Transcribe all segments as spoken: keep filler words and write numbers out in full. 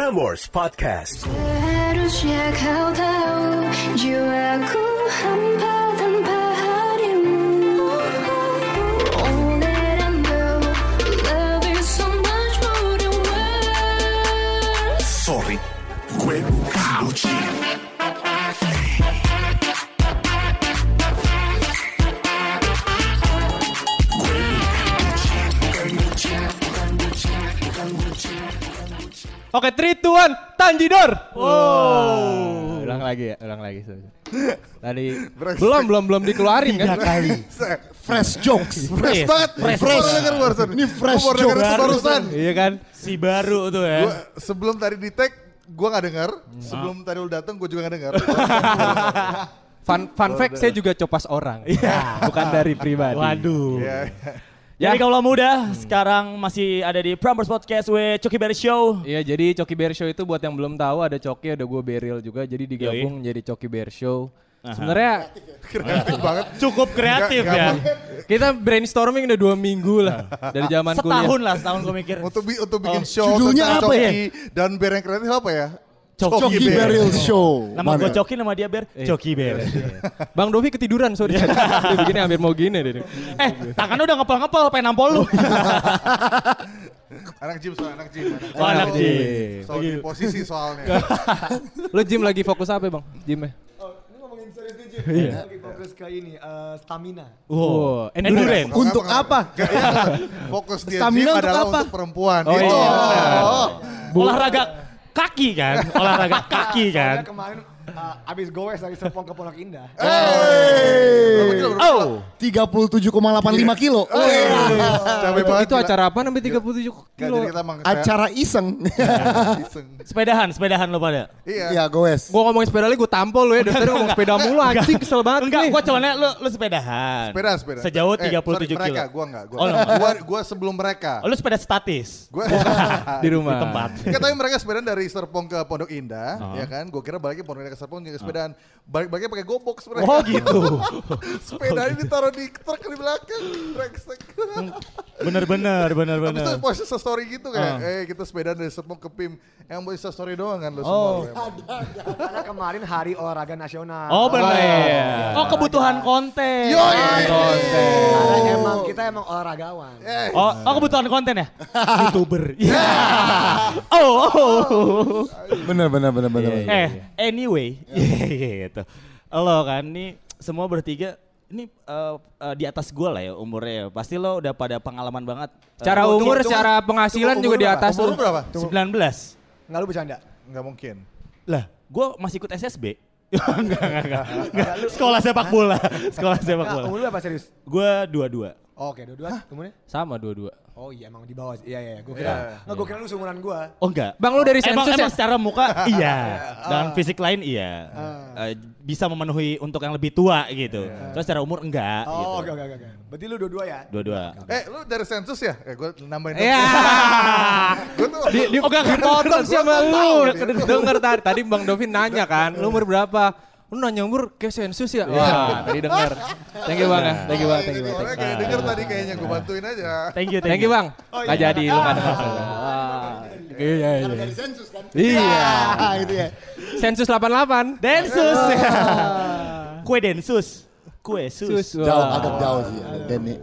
Prambors Podcast. Seharusnya kau tahu jiwaku hampa tanpa harimu. All that I know, love is so much more than words. Sorry, gue bukan bucin. Oke, three, two, one, Tanjidor. Wow. Ulang lagi ya, ulang lagi. Tadi belum belum belum dikeluarin kan? Tiga kali. Fresh jokes. Fresh banget. Fresh. Fresh. Denger barusan. Ini fresh Gua baru jokes. denger barusan. Iya kan? Si baru tuh ya. Gua sebelum tadi di tag, gue gak denger. Sebelum tadi lu datang, gue juga gak denger. Fun fun fact, saya juga copas orang. Bukan dari pribadi. Waduh. Iya. Ya. Jadi kalau muda sekarang masih ada di Prambors Podcast with Coki Berry Show. Iya, jadi Coki Bear Show itu buat yang belum tahu, ada Coki, ada gue Beril juga, jadi digabung jadi Coki Bear Show. Aha. Sebenarnya Kreatif banget. Cukup kreatif Nggak- ya. nggak- kita brainstorming udah dua minggu lah dari zaman kuliah. Setahun lah, setahun gue mikir. Untuk bi- untuk bikin Oh, show judulnya tentang apa ya? Coki dan band yang kreatif apa ya? Coki Bear. Beril Show. Nama gue Mana? Coki, nama dia Ber. Coki Ber. Bang Dovi ketiduran, sorry. Dia begini hampir mau gini deh. Eh, tangannya udah ngepel-ngepel, pengen nampol lu. Anak gym soal anak gym. Oh, anak Iya. gym. Soal di posisi soalnya. Lo gym lagi fokus apa bang? Gymnya? Ini ngomongin serius nih, Jim. Iya. Lagi fokus ke ini, eh, stamina. Wow, Endurance. Untuk apa? Gak, iya, fokus dia Stamina gym untuk adalah apa? untuk perempuan. Oh, Itu. iya. Oh. Olahraga kaki kan? Olahraga kaki kan? Soalnya kemarin eh, abis goes dari Serpong ke Pondok Indah. Berapa kilo, berapa kilo? Oh. tiga puluh tujuh koma delapan lima kilo. Capek banget. Itu gila. acara apa sampai tiga puluh tujuh Nggak, kilo? jadi kita emang Acara iseng. iseng. Sepedahan, sepedahan lo pada. Iya. Iya, goes. Gua ngomongin sepeda lagi, gua tampol lu ya. Dari tadi ngomong sepeda mulu, anjing kesel banget Enggak, nih. gua cuman lu lu sepedahan. Sepeda, sepeda. Sejauh Eh, tiga puluh tujuh sorry, kilo. Mereka, gua enggak. Gua, Oh, enggak. enggak. gua, gua sebelum mereka. Oh, lu sepeda statis. Gua Di rumah. Di tempat. Enggak, tapi mereka sepedaan dari Serpong ke Pondok Indah, ya kan? Gua kira baliknya Pondok Indah ke Serpong juga sepedaan. Balik-baliknya pakai gobok sebenarnya. Oh gitu. Sepeda ini ditaruh di truk di belakang. Brengsek. Bener-bener, Habis itu bener-bener. posisi story gitu kayak, Ah. eh kita sepedaan dari Serpong ke P I M. Yang mau Insta story doang kan lo Oh. semua. Karena kemarin hari olahraga nasional. Oh bener. iya. Oh kebutuhan konten. Yo, Karena emang kita emang olahragawan. Oh, oh kebutuhan konten ya? YouTuber. Iya. Oh, oh. Bener, bener, bener, bener. Iya, iya. Eh, anyway, gitu. Lo kan nih semua bertiga ini uh, uh, di atas gue lah ya umurnya. Pasti lo udah pada pengalaman banget. Secara Tunggu, umur, tunggu, secara penghasilan tunggu, juga umur di berapa? atas Umur lu. lu berapa? sembilan belas. Enggak lu bercanda? Enggak mungkin. Lah, gue masih ikut S S B. enggak, enggak, enggak, enggak. Sekolah sepak bola. Sekolah sepak Enggak, bola. umur lu apa serius? Gue dua-dua. Oh, oke, dua-dua. Umurnya? Sama dua-dua. Oh iya, emang di bawah. Iya, iya, gue Iya. kira. Enggak, gue kira lu seumuran gue. Oh enggak. Bang lu dari Emang, sensus emang ya? secara muka iya. Dan fisik lain iya. Eh, bisa memenuhi untuk yang lebih tua gitu. Terus secara umur enggak gitu. Oh, oke, oke, oke. Berarti lu dua-dua ya? Dua-dua. Eh, lu dari sensus ya? Eh, gue nambahin. Iya. Gue tuh Di, di, Oh, gak dipotong sih sama Gua lu. tahu nih. Denger tadi, tadi Bang Dovin nanya kan, lu umur berapa? Lu nanya umur kayak sensus ya? Wah, tadi denger. Thank you Bang ya, thank you Bang, thank you Bang. Orangnya kayak denger tadi kayaknya gue bantuin aja. Thank you, Thank you Bang. Gak jadi lu kan. Iya, iya. Dari sensus kan? Iya. Ah, itu ya. Sensus delapan puluh delapan. Densus. Kue Densus. Kue sus. Sus. Jauh, Wah. agak jauh sih. Denny.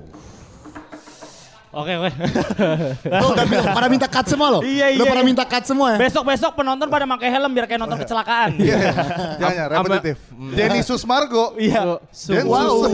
Oke, oke. Lo udah minta- pada minta cut semua lo? Iya, Lo iya, pada iya. minta cut semua ya? Besok-besok penonton pada pakai helm biar kayak nonton kecelakaan. Iya, jangan ya, repetitif. Denny Susmargo. Iya. Den Wow. Sus.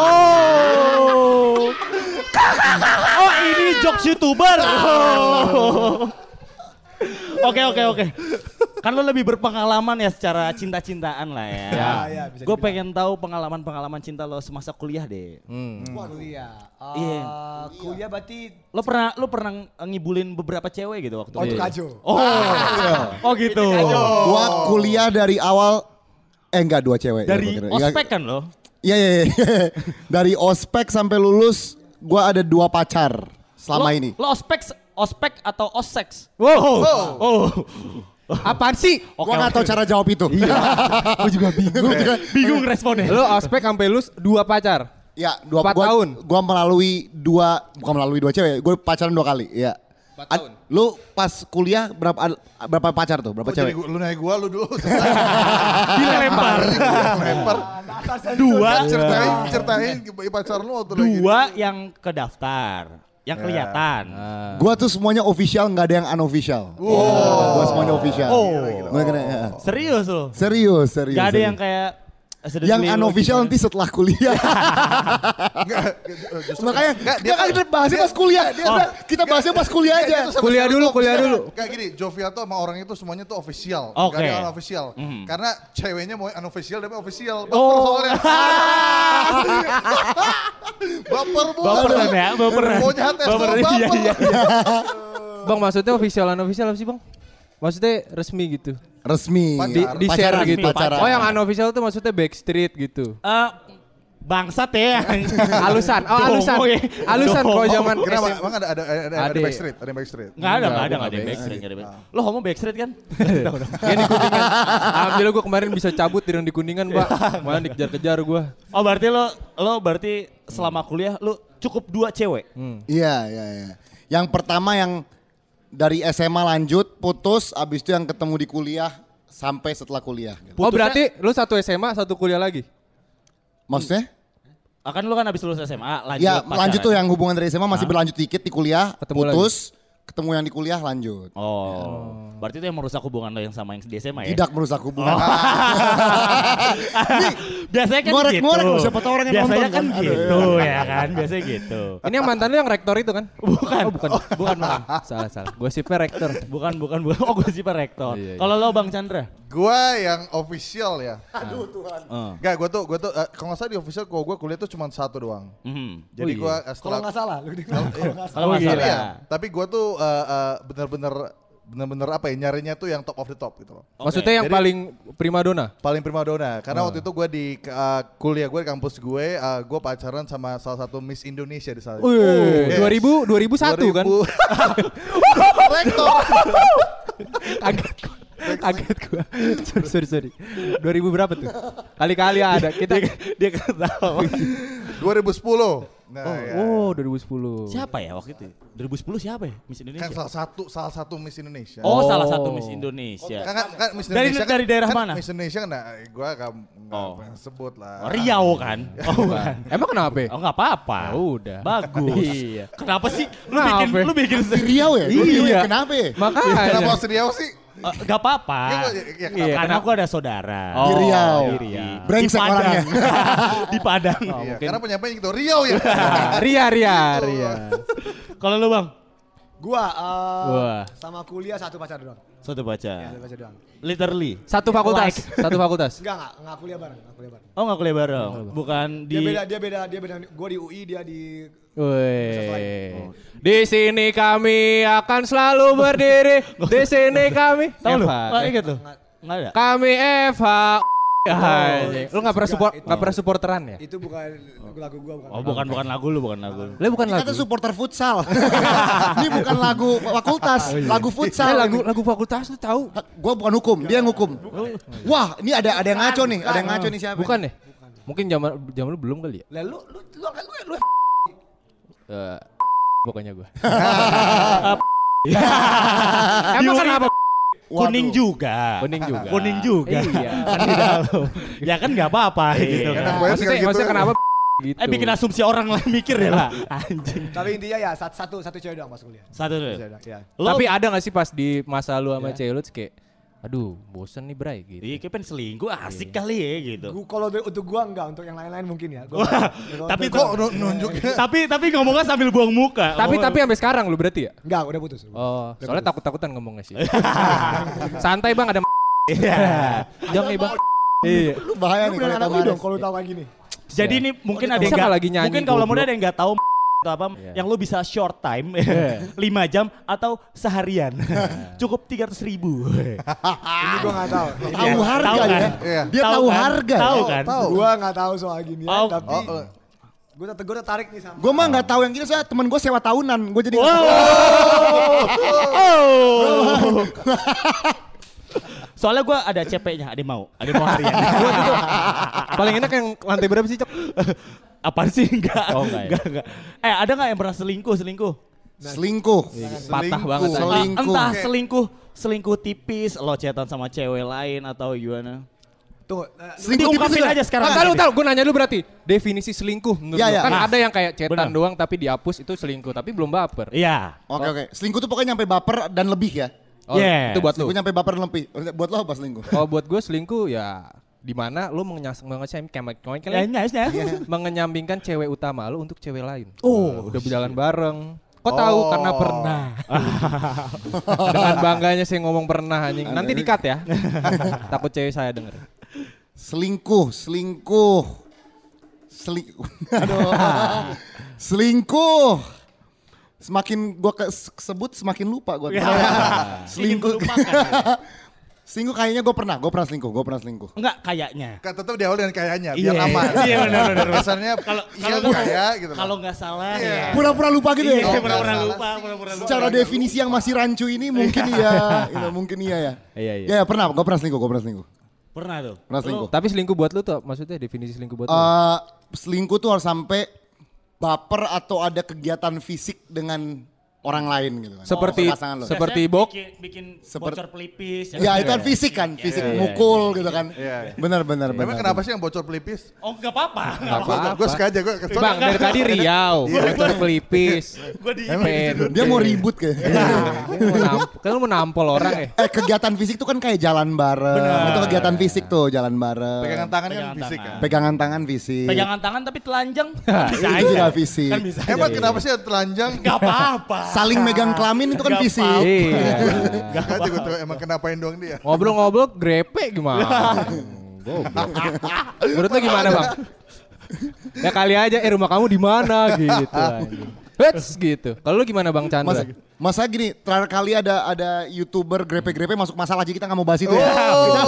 Oh. Oh, ini jokes YouTuber. Oh. Oke, oke, oke. Kan lo lebih berpengalaman ya secara cinta-cintaan lah ya. Ya, ya, bisa Gue dibilang. pengen tahu pengalaman-pengalaman cinta lo semasa kuliah deh. Wah, kuliah. Uh, Iya. Kuliah berarti Lo pernah lo pernah ngibulin beberapa cewek gitu waktu oh itu itu? Kajo. Oh, oh gitu. Gua kuliah dari awal, eh enggak dua cewek. Dari ya, gua kira. ospek kan lo? Iya, iya, iya. Dari ospek sampai lulus, gua ada dua pacar selama Lo- ini. Lo ospek ospek atau oseks? Wow. Oh. Apaan sih? Gua nggak tahu cara jawab itu. Gue juga bingung. Bingung responnya. Lu ospek sampai lu dua pacar. Ya, dua Empat gua, tahun. Gua melalui dua, bukan melalui dua cewek. Gua pacaran dua kali. Ya. Empat Ad- tahun. Lu pas kuliah berapa berapa pacar tuh? Berapa Oh, cewek? jadi gua- lu naik gua, lu dulu. Dilempar. Lempar. Dua. Ceritain, ceritain pacar lu waktu lagi. Dua yang ke daftar. Yang kelihatan. Gua tuh semuanya official, nggak ada yang unofficial. Wow. Gua semuanya official. Oh. Gua kena, ya. Serius loh. Serius, serius. Gak ada serius. yang kayak yang unofficial nanti setelah kuliah. Enggak, justru Makanya enggak, dia kan kita bahasnya pas kuliah. dia- kita bahasnya pas kuliah Dia- dia aja. tuh sama Kuliah sekali dulu, tuh kuliah official. dulu. Kayak gini, Jovial tuh sama orang itu semuanya tuh official. Oke. Gak ada yang unofficial. Mhm. Karena ceweknya mau unofficial tapi official. Baper Oh. soalnya. Baper bu. Baperan ya, baperan. Maunya tes Baperan, doang, iya, baper. iya, iya. Bang maksudnya official unofficial apa sih bang? Maksudnya resmi gitu. Resmi. Pacar. Di, di share Pacaran, gitu. pacaran. Oh yang unofficial tuh maksudnya backstreet gitu. Eh, bangsat ya. Alusan, oh alusan. Dongo ya. Alusan kalau zaman Kenapa? S M P. Emang ada ada ada, ada, ada Ada. backstreet, ada yang backstreet. Nggak ada, Enggak, nggak ada, gua nggak ada nggak backstreet, nggak ada backstreet. Lo homo backstreet kan? Yang di Kuningan. Alhamdulillah gue kemarin bisa cabut dari yang di Kuningan, Pak. Malah dikejar-kejar gue. Oh berarti lo, lo berarti selama kuliah lo cukup dua cewek? Iya, iya, iya. Yang pertama yang dari S M A lanjut, putus, abis itu yang ketemu di kuliah sampai setelah kuliah. Oh berarti lu satu S M A, satu kuliah lagi? Maksudnya? Akan lo kan habis lulus S M A lanjut Ya pacaran. lanjut tuh yang hubungan dari S M A masih berlanjut dikit di kuliah, Ketemu putus, ketemu yang di kuliah lanjut. Oh, berarti itu yang merusak hubungan lo yang sama yang di S M A ya? Tidak merusak hubungan. Biasanya kan ngorek-ngorek gitu. loh, siapa tahu orang yang Biasanya nonton kan kan. gitu ya kan, biasanya gitu. Ini yang mantan lu yang rektor itu kan? Bukan, Oh, bukan. bukan, bukan. Salah, salah. Gosipnya rektor. Bukan, bukan, bukan. Oh gue sih rektor. Iya, iya. Kalau lo Bang Chandra? Gua yang official ya. Aduh Tuhan. Uh. Enggak, gua tuh gua tuh uh, kalau nggak salah di official gua gua kuliah tuh cuma satu doang. Mhm. Jadi Oh, gua uh, Kalau setelah nggak salah, lu di kalau nggak salah. Kalau nggak salah. Iya, tapi gua tuh uh, uh, bener-bener bener-bener apa ya nyarinya tuh yang top of the top gitu loh. Maksudnya yang Jadi- paling primadona? Paling primadona karena waktu itu gue di uh, kuliah gue di kampus gue uh, gue pacaran sama salah satu Miss Indonesia di sana. Wih, Yes. dua ribu, dua ribu satu kan? Rektor. Kaget gua. Kaget gua. Sorry, sorry, sorry. dua ribu berapa tuh? Kali-kali ada. Kita Dia ketawa. dua ribu sepuluh. Nah, ya. Oh, dua ribu sepuluh. Siapa ya waktu itu? dua ribu sepuluh siapa ya? Miss Indonesia? Kan salah satu salah satu Miss Indonesia. Oh, Oh. salah satu Miss Indonesia. Kan, kan, kan Miss Dari- Indonesia dari kan, daerah kan mana? Miss Indonesia kan nah, gue gak, gak Oh. pengen sebut lah. Oh, Riau kan? Oh, bukan. Emang kenapa? Oh nggak apa-apa. Ya udah. Bagus. Iya. Kenapa sih? Lu Kenapa? bikin, lu bikin Di Riau ya? Di Riau Iya. ya? Kenapa ya? Kenapa Makanya. harus Riau sih? Eh, Gak apa-apa. Ya, gua- ya, ya, Iya. Karena aku ada saudara. Oh, Di Riau. Di Riau. Brengsek Di Padang. orangnya. Di Padang. Iya, karena penyampaian gitu Riau ya. Ria, Ria, Ria. Kalau lu Bang? Gua eh, Wah. sama kuliah satu pacar doang. Satu baca. Ya, satu pacar doang. Literally. Satu fakultas, satu fakultas. Enggak, enggak, enggak kuliah bareng, enggak kuliah bareng. Oh nggak kuliah bareng. Bukan di. Dia beda, dia beda, dia beda. Gua di U I, dia di Wih. Di sini kami akan selalu berdiri. Di sini kami. Tahu lu? F H. Oh, ingat tuh. Nggak ada. Kami F H. Anjing. Lu nggak pernah support, Itu- nggak pernah supporteran ya? itu bukan lagu gua bukan. Oh bukan bukan lagu lu bukan lagu. Lu bukan Ini lagu. kata supporter futsal. Ini bukan lagu fakultas, lagu Eh, futsal. lagu lagu fakultas lu tahu? Gue bukan hukum, dia yang hukum. Wah, ini ada ada yang ngaco nih, ada yang ngaco nih siapa? Bukan ya? Mungkin zaman zaman lu belum kali ya? Lah lu lu lu lu, lu, Eh, pokoknya gua. Emang kenapa? Waduh. Kuning juga. Kuning juga. Kuning juga. Iya. Kan di dalam. Ya kan nggak apa-apa gitu Enak kan. banget Maksudnya, kayak gitu. maksudnya kenapa gitu? Eh bikin asumsi orang lain mikir ya lah. Anjing. tapi intinya ya satu satu, satu cewek doang pas kuliah. Satu Satu dulu. cewek doang, ya. Lo- Tapi ada gak sih pas di masa lu sama Iya. cewek lu terus kayak aduh bosen nih Bray gitu. Iya kayak pengen selingkuh asik kali ya gitu. Gua kalau de- untuk gua enggak, untuk yang lain-lain mungkin ya. Gua, kalau Tapi untuk- Kok nu- nunjuknya tapi tapi ngomongnya sambil buang muka. Tapi Ngomong- tapi sampai sekarang lu berarti ya? enggak, udah putus. Oh, soalnya takut-takutan ngomongnya sih. Santai Bang, ada Iya. Jangan nih Bang. Iya. Lu bahaya Lu nih beneran kalau anak kemarin. dong kalau tahu kayak gini. Jadi ini mungkin ada yang Bisa nggak nggak lagi nyanyi, mungkin kalau muda goblok? ada yang nggak tahu atau apa Iya. yang lu bisa short time lima jam atau seharian cukup tiga ratus ribu. Ini gua enggak tahu. Ini Tahu ya. harga Tahu ya. kan? Iya. Dia Tahu tahu kan? harga. Tahu ya. kan? Tahu. Gua enggak tahu soal gini Oh, tapi Oh, oh. gua tetep gua tertarik nih sama. Gue mah nggak tahu yang gini, soalnya temen gue sewa tahunan. Gue jadi nggak Wow. tahu. Oh. Soalnya gue ada C P-nya, ada mau, ada mau harian. Gua tuh paling enak yang lantai berapa sih, Cok? Apaan sih? Enggak. Oh, enggak ya? enggak, enggak. Eh ada nggak yang pernah selingkuh, selingkuh? Selingkuh. Patah banget. Selingkuh. Selingkuh. Entah selingkuh, selingkuh tipis, lo chatan sama cewek lain atau gimana? Tuh, uh, Selingkuh tipis Diungkapin juga. aja sekarang. Entar lu tahu, gue nanya dulu berarti definisi selingkuh menurut Ya, lu. ya. Kan Nah. ada yang kayak cetan Benar. doang tapi dihapus itu selingkuh tapi belum baper. Iya. Oke oke. Selingkuh tuh pokoknya nyampe baper dan lebih ya. Oh, Yes. itu buat lu. Selingkuh nyampe baper dan lebih. Buat lo apa selingkuh? Kalau buat gue selingkuh ya di mana lu mengenyas mengenyam Ya, nice, ya. mengenyampingkan cewek utama lu untuk cewek lain. Oh, udah berjalan bareng. Kok tahu? Oh. Karena pernah. Dengan bangganya saya ngomong pernah anjing. Nanti di-cut ya. Takut cewek saya denger. Selingkuh, selingkuh. Selingkuh. Aduh. Selingkuh. Semakin gua ke- sebut semakin lupa gua. Selingkuh. Selingkuh kayaknya gue pernah, gue pernah selingkuh, gue pernah selingkuh. Enggak kayaknya. Kan tetap di awal dengan kayaknya biar Iya. aman. Iya, benar, benar, benar. Kesannya Kalau iya kalau kaya gitu. Kalau nggak salah Iya. ya. Pura-pura lupa gitu Iya, ya. pura-pura salah lupa, sih. pura-pura lupa. Secara definisi yang masih rancu ini mungkin iya, gitu, mungkin iya ya. Iya, iya. Ya, ya pernah, gue pernah selingkuh, gue pernah selingkuh. Pernah tuh. Pernah selingkuh. Tapi selingkuh buat lu tuh maksudnya definisi selingkuh buat lu? Eh, selingkuh tuh harus sampai baper atau ada kegiatan fisik dengan orang lain gitu kan. Seperti Pasangan lo. seperti Biasanya bok. bikin, bikin Seperti- bocor pelipis. Ya itu kan fisik kan, fisik iya, iya. mukul gitu kan. Iya, iya. Benar benar Emang benar. kenapa sih yang bocor pelipis? Oh enggak apa-apa. Nggak apa-apa. Gue suka aja, gue kesel. Bang dari tadi Riau, bocor pelipis. Gue di Pen. Dia mau ribut kayak. Dia mau namp- Kan lu mau nampol orang ya? Eh kegiatan fisik tuh kan kayak jalan bareng. Itu kegiatan fisik tuh, jalan bareng. Pegangan tangan kan Pegangan fisik tangan. kan. Pegangan tangan fisik. pegangan tangan tapi telanjang. Kan bisa Itu aja. juga fisik. Kan bisa aja. Emang kenapa sih telanjang? Enggak apa-apa. Saling megang kelamin itu kan Nggak fisik. Iya. Gak aja gue tuh emang kenapain doang dia. Ngobrol-ngobrol grepe gimana? Goblok. Menurut lu gimana bang? Ya kali aja, eh rumah kamu di mana gitu. anjing. Hets gitu. Kalau lu gimana bang Chandra? Masa, masa gini, terakhir kali ada ada YouTuber grepe-grepe masuk masalah jadi kita nggak mau bahas itu ya. Oh. Kita,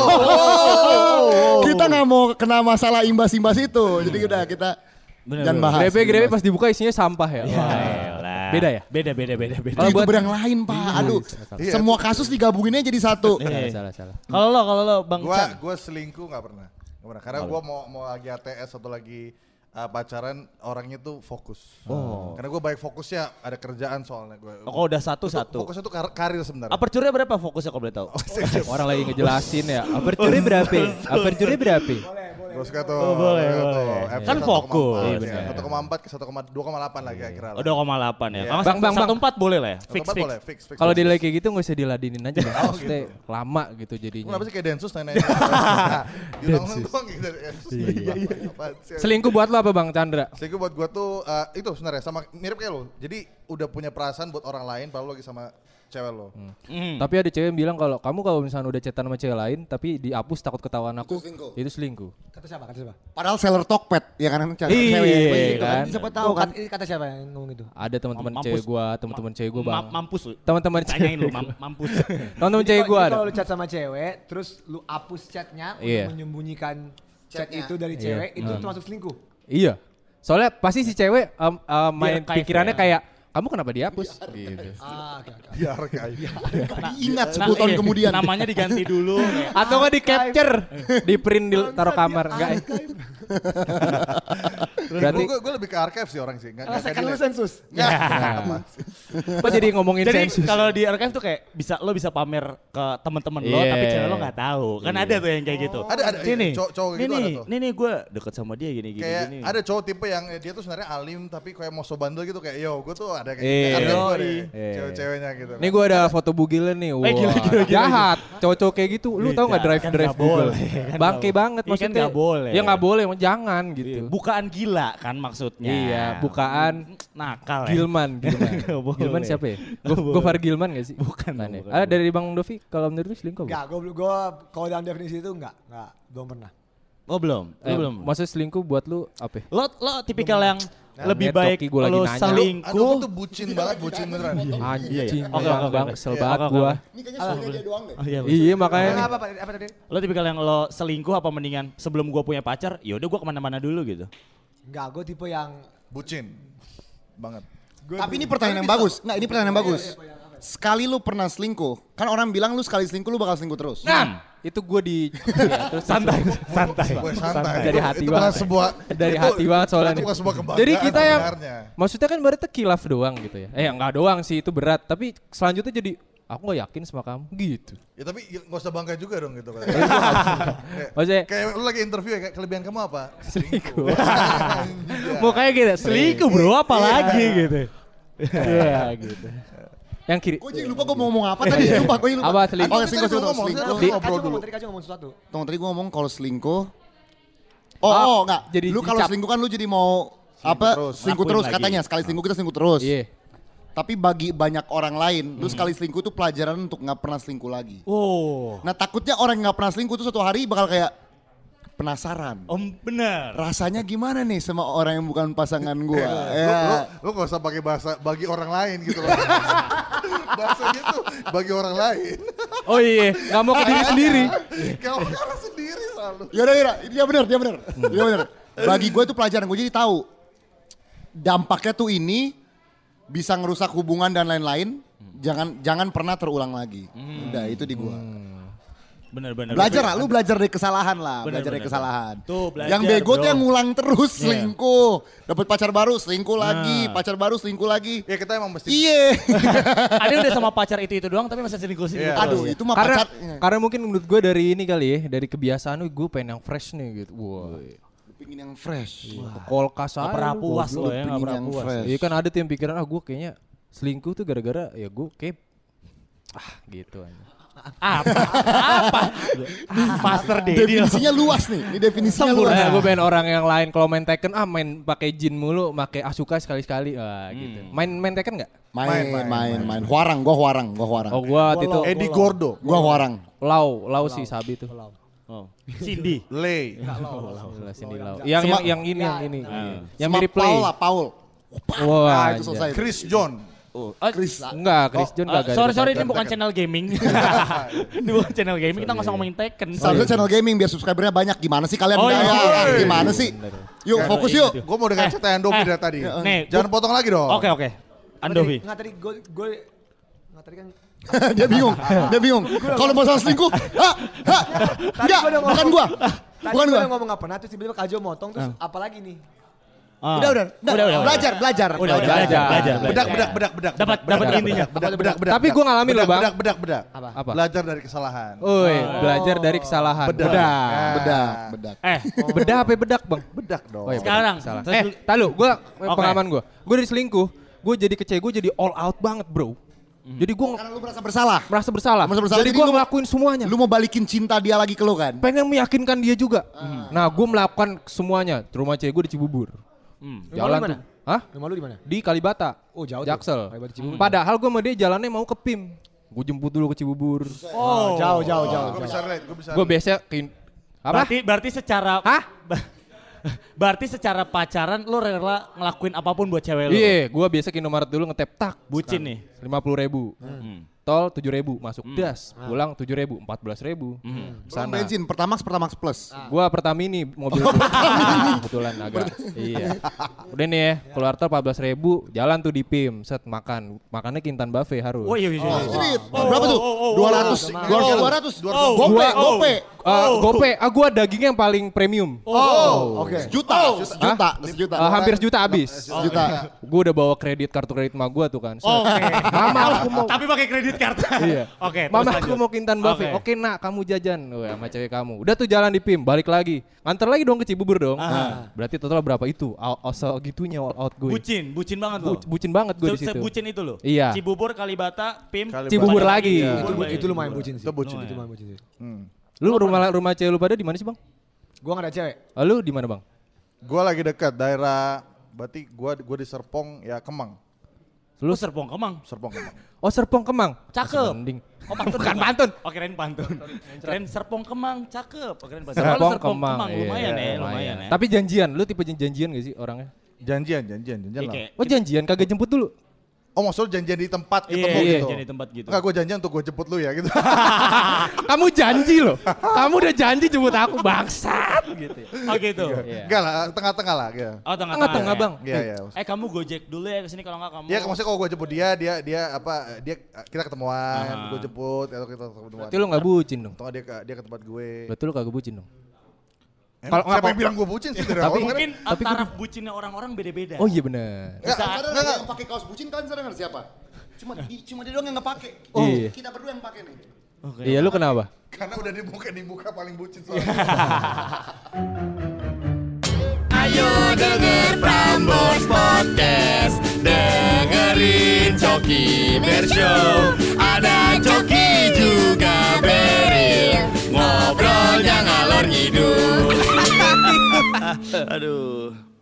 kita nggak mau kena masalah imbas-imbas itu. Jadi udah kita jangan bahas. Grepe-grepe pas dibuka isinya sampah ya. Ya, Wah. elah. Beda ya? Beda, beda, beda, beda. Kalau buat- YouTuber yang lain pak, aduh. Iya. Semua kasus digabunginnya jadi satu. Salah, salah, salah. Kalau lo, kalau lo Bang Gue Chan. gue selingkuh nggak pernah. Nggak pernah. Karena gue mau mau lagi A T S atau lagi uh, pacaran orangnya tuh fokus. Oh. Karena gue baik fokusnya ada kerjaan soalnya gue. Oh, kalau udah satu-satu. Fokusnya tuh kar- karir sebenarnya. Aperture berapa fokusnya kalau boleh tahu? Orang lagi ngejelasin ya. Aperture berapa? Aperture berapa? Gue suka tuh. Oh, boleh, suka tuh. boleh. F Kan satu koma empat, fokus. ya. Iya, benar. satu koma empat ke satu koma dua koma delapan lah kira-kira. Oh, dua koma delapan ya. Iya. Kalau Bang, bang, satu bang. empat boleh lah ya. Fix, fix. boleh, fix, fix. Kalau fix. dia lagi kayak gitu nggak usah diladenin aja. Bang. Oh, Maksudnya gitu. lama gitu jadinya. Kenapa sih kayak Densus nanya-nanya? Diulang-ulang doang gitu. Iya, iya. Selingkuh buat lo apa bang Chandra? Selingkuh buat gua tuh uh, itu sebenarnya sama mirip kayak lo. Jadi udah punya perasaan buat orang lain padahal lo lagi sama cewek lo. Hmm. Tapi ada cewek yang bilang kalau kamu kalau misalnya udah chatan sama cewek lain tapi dihapus takut ketahuan aku, Itu selingkuh. itu selingkuh. Kata siapa? Kata siapa? Padahal seller Tokped ya kan Iya, cewek kan. Siapa tahu kan. Kata, kata siapa yang ngomong itu? Ada teman-teman Mampus. cewek gua, teman-teman cewek gua bang. Ma- mampus lu. Teman-teman Tanyain lu, cewek. mam- mampus. Teman-teman cewek gua Jadi ada. kalau lu chat sama cewek, terus lu hapus chatnya Iya. untuk menyembunyikan chat Chatnya. itu dari Iya. cewek, itu Hmm. termasuk selingkuh. Iya. Soalnya pasti si cewek um, um, main Biar kayak pikirannya ya. kayak kamu kenapa dihapus? Gitu. Ah, oke oke. Biar kayak. Ingat sepuluh tahun iya, kemudian. Namanya diganti dulu. kayak, Atau nggak di capture, di print di taruh kamar, enggak? ya? Berarti Gue gue lebih ke archive sih orang sih. Nggak nggak Rasakan lu delete. sensus. Nggak. kok jadi ngomongin Jadi sensus? kalau di archive tuh kayak bisa lo bisa pamer ke teman-teman lo Iya. tapi cewek lo nggak tahu. Kan ada tuh yang kayak gitu. Ada, ada, iya, Nih, cowok- cowok nih, gitu nih, ada tuh. nih, nih gue deket sama dia gini gini Kayak gini. ada cowok tipe yang eh, dia tuh sebenarnya alim tapi kayak mau so bandel gitu kayak yo gue tuh ada kayak Iya. gitu. Ada gue deh Iya. cewek-cewewnya gitu. Nih gue ada foto bugilnya nih, wah Eh, gila, gila, gila, jahat, cowok-cowok kayak gitu, lu tau nggak Kan drive drive nggak Google, boleh, kan bangke nggak- banget Iya, kan maksudnya, nggak boleh. ya nggak boleh, emang jangan gitu, Iya, bukaan gila kan maksudnya. iya, bukaan nakal ya. Gilman, Gilman, Nggak boleh. Gilman siapa ya? Nggak boleh. Gofar Gilman gak sih? Bukan, Bukan ya? bukan, Ada bukan. dari Bang Dovi, kalau menurut lu selingkuh? Enggak, gue gue kalau dalam definisi itu enggak, enggak, belum pernah. Oh belum, lu Eh, belum. maksud selingkuh buat lu apa? ya? Lo lo tipikal yang lebih Net baik Toki, gua lagi lo nanya. Aduh, selingkuh. tuh bucin banget, bucin beneran. Anjing, Oke, bang, oke, oke, bang, oke. kesel Iya, banget oke, oke, gua. oke. Ini kayaknya soalnya dia doang deh. Oh, iya, Iya Apa, makanya. apa, apa, apa tadi? Lo tipikal yang lo selingkuh apa mendingan sebelum gua punya pacar, yaudah gua kemana-mana dulu gitu. Enggak, gue tipe yang Bucin banget. Tapi ini pertanyaan yang bagus. Nggak, ini pertanyaan yang bagus. Sekali lu pernah selingkuh, kan orang bilang lu sekali selingkuh lu bakal selingkuh terus. Nah, itu gue di ya, terus santai santai Gue santai. dari Itu- hati itu banget bukan sebuah dari itu- hati banget soalnya itu nih. bukan sebuah kebanggaan Jadi kita yang sebenarnya. maksudnya kan berarti kilaf doang gitu ya. Eh enggak doang sih itu berat, tapi selanjutnya jadi aku nggak yakin sama kamu gitu. Ya tapi ya, nggak usah bangga juga dong gitu kan. Maksudnya Kayak lu lagi interview ya, kayak kelebihan kamu apa? selingkuh. Iya. Mau kayak gitu. Selingkuh bro, apa lagi gitu. Iya gitu. Yang kiri. Gue jadi lupa gue mau ngomong apa tadi. Lupa gue lupa. Apa selingkuh? Oh selingkuh, Tadi gua selingkuh, ngomong, selingkuh. tadi Di- ngobrol Kacau dulu. ngomong, tadi Kacau ngomong sesuatu. Tunggu tadi gue ngomong kalau selingkuh. Oh, Ah, oh enggak. jadi Lu kalau dicap. selingkuh kan lu jadi mau apa? terus. Selingkuh Lakuin terus lagi. katanya. Sekali selingkuh kita selingkuh terus. Iya. Tapi bagi banyak orang lain, lu sekali selingkuh itu pelajaran untuk nggak pernah selingkuh lagi. Oh, Nah takutnya orang yang nggak pernah selingkuh itu suatu hari bakal kayak penasaran. om bener. Rasanya gimana nih sama orang yang bukan pasangan gua? Lu, ya. lu, lu gak usah pakai bahasa bagi orang lain gitu loh. Bahasanya tuh bagi orang lain. Oh iya, nggak mau ke diri sendiri. Kalau orang sendiri selalu. Yaudah, yaudah, dia benar, dia benar, dia benar. Bagi gue itu pelajaran, gue jadi tahu dampaknya tuh ini bisa ngerusak hubungan dan lain-lain. Jangan jangan pernah terulang lagi. Udah itu di gua. Bener bener. Belajar lah, lu belajar dari kesalahan lah, Bener, belajar dari bener, kesalahan. Tuh, belajar, yang bego tuh bro. yang ngulang terus Iya. selingkuh. Dapat pacar baru, selingkuh lagi, Nah. pacar baru, selingkuh lagi. Ya kita emang mesti. Iya. Ada udah sama pacar itu itu doang tapi masih selingkuh selingkuh. Iya. terus. Aduh, itu mah Karena pacar. karena mungkin menurut gue dari ini kali ya, dari kebiasaan gue pengen yang fresh nih gitu. Wah. Pingin yang fresh. Kolkas aja. Nggak pernah lu, puas goblok. lo ya, nggak pingin pernah yang puas. fresh. Iya kan ada tuh yang pikiran ah gue kayaknya selingkuh tuh gara-gara ya gue kayak ah gitu aja. Apa? Apa? Master Dedi. Definisinya luas nih. Ini definisinya luas. Nah, gue pengen orang yang lain kalau main Tekken ah main pakai Jin mulu, pakai Asuka sekali-sekali ah gitu. Main main Tekken enggak? Main, Main, main, main, main. Huarang, gua huarang, gua huarang. Oh gua waktu itu Eddie Gordo. Gua huarang. Lau, Lau si Sabi tuh. Oh. Cindy. Lay. Gila, sini Lau. Yang yang yang ini yang ini. Yang Sama mirip Play. Paul lah, Paul. Wah. Ah, itu anjay. selesai. Chris John. Oh, Chris. Enggak, Chris John Uh, kagak. sorry ada. sorry ini bukan channel gaming. Ini bukan channel gaming, kita nggak usah ngomongin Tekken. Seharusnya channel gaming biar subscribernya banyak. Gimana sih kalian? Oh, iya. Ya, gimana sih? Yuk fokus yuk. Gue mau dengan Eh, cerita Andovi eh, dari tadi. nih, Jangan potong lagi dong. Oke oke. Andovi. Enggak tadi gue gue enggak tadi kan Dia bingung, dia bingung. Kalau masalah selingkuh, ha, ha, enggak, gua udah bukan ngomong. gua, tadi bukan gue gua. udah ngomong enggak pernah terus tiba-tiba Kajo motong terus apa lagi nih? Ah. Udah, udah, udah, Udah, udah, belajar, belajar, Udah, udah, Belajar. belajar, belajar. Bedak, bedak, bedak, bedak. Dapat bedak, dapat bedak, intinya. Bedak, bedak, bedak. Tapi gua ngalamin loh, bedak, Bang. Bedak, bedak, bedak. Apa? Apa? Belajar dari kesalahan. Oi, belajar dari kesalahan. Bedak. Bedak. Ah. bedak, bedak. Eh, Bedak apa bedak, Bang? Bedak dong. Oh, iya, Sekarang, bedak. Salah. terus Eh, lu- tahu gua Oke. pengalaman gua. Gua dari selingkuh, gua jadi kece, gua jadi all out banget, Bro. Jadi gua Karena lu merasa bersalah. merasa bersalah. Merasa bersalah, Jadi jadi gua lu- ngelakuin semuanya. Lu mau balikin cinta dia lagi ke lu kan? Pengen meyakinkan dia juga. Nah, gua melakukan semuanya. Rumah cewek gua di Cibubur. Hmm. Rumah lu Jalan di mana? tuh. Hah? Rumah lu di mana? Di Kalibata. Oh, jauh tuh. Jaksel. Kalibata Cibubur. Padahal gua sama dia jalannya mau ke P I M. Gue jemput dulu ke Cibubur. Oh, jauh jauh jauh. Gue jauh. bisa relate, gue bisa Gue relate. biasa ke apa? Berarti berarti secara Hah? Berarti secara pacaran lu rela ngelakuin apapun buat cewek lu. Iya, gue biasa ke Indomaret dulu ngetep tak. Bucin nih. lima puluh ribu. Hmm. Tol tujuh ribu, masuk das, pulang tujuh ribu, empat belas ribu. Belum Sana. bensin, Pertamax, Pertamax Plus. Gua Pertamini mobil kebetulan agak. Iya. Udah nih ya, keluar tol empat belas ribu, jalan tuh di P I M, set makan. Makannya Kintan Buffet harus. Oh iya iya. iya. Serius? Oh, Berapa tuh? oh, oh, oh, dua ratus, oh, dua ratus, dua ratus, dua ratus. Gope, Gua- gope. Eh, gope, ah gua dagingnya yang paling premium. Oh, oke. Sejuta, sejuta, Hah? sejuta. Eh, hampir sejuta habis. Sejuta. Gue udah bawa kredit kartu kredit ma gua tuh kan. Set. Oke. Mama aku mau. Tapi pakai kredit card. Iya. Oke, Mama terus aku lanjut. mau Kintan Buffet. Oke. Oke nak, kamu jajan. Wah, sama cewek kamu. Udah tuh jalan di P I M, balik lagi. Nganter lagi dong ke Cibubur dong. Nah, berarti total berapa itu? All, all segitunya all out gue. Bucin, bucin banget lo. Bu- bucin banget gue di situ. Sebucin itu lo. Iya. Cibubur, Kalibata, P I M. Kalibata. Cibubur lagi. Itu, Cibubur itu lagi. lumayan bucin sih. Itu bucin. Itu lumayan bucin sih. Hmm. Lu rumah rumah cewek lu pada di mana sih, Bang? Gua enggak ada cewek. Ah, Lu di mana, Bang? Gue lagi dekat daerah, berarti gue gue di Serpong, ya Kemang. Lu Serpong Kemang. Serpong Kemang. Oh, Serpong Kemang. Cakep. Masih mending. Oh pantun. Bukan pantun. Oh keren pantun. Keren Serpong Kemang, cakep. Oh keren Serpong, Serpong Kemang. Kemang, Iya, lumayan ya, lumayan. lumayan ya. Tapi janjian, lu tipe jan- janjian gak sih orangnya? Janjian, janjian, janjian Iya, lah. kayak- Oh, janjian kagak jemput dulu. oh maksudnya janjian di tempat ketemu Iya, gitu. janjian di tempat gitu. Enggak, gue janjian untuk gue jemput lu ya gitu. Kamu janji loh. Kamu udah janji jemput aku bangsat gitu. Oh gitu. Iya. Enggak lah, tengah-tengah lah. Ya. Oh tengah-tengah. Tengah-tengah, ya. Bang. Iya, iya. Eh kamu Gojek dulu ya kesini kalau nggak kamu. Iya, maksudnya kalau gue jemput dia, dia dia apa? Dia kita ketemuan, Ah. gue jemput atau kita ketemuan. Berarti lu gak bucin dong. Atau dia ke dia ke tempat gue. Berarti lu kagak bucin dong. Emang Kalau- siapa kalau- yang bilang gue bucin sih dari Tapi- awal? Mungkin Tapi uh, taraf bucinnya orang-orang beda-beda. Oh iya benar. Enggak, Bisa- kalian enggak, ada enggak. yang pakai kaos bucin kalian sadar nggak siapa? Cuma di, cuma dia doang yang nggak pakai. Oh. Iya. Kita berdua yang pakai nih. Oke. Iya lu kenapa? Karena udah dibuka dibuka paling bucin soalnya. Ayo denger Prambors Podcast, dengerin Coki Bershow. Ada Coki juga Beril, ngobrolnya ngalor ngidul. Aduh.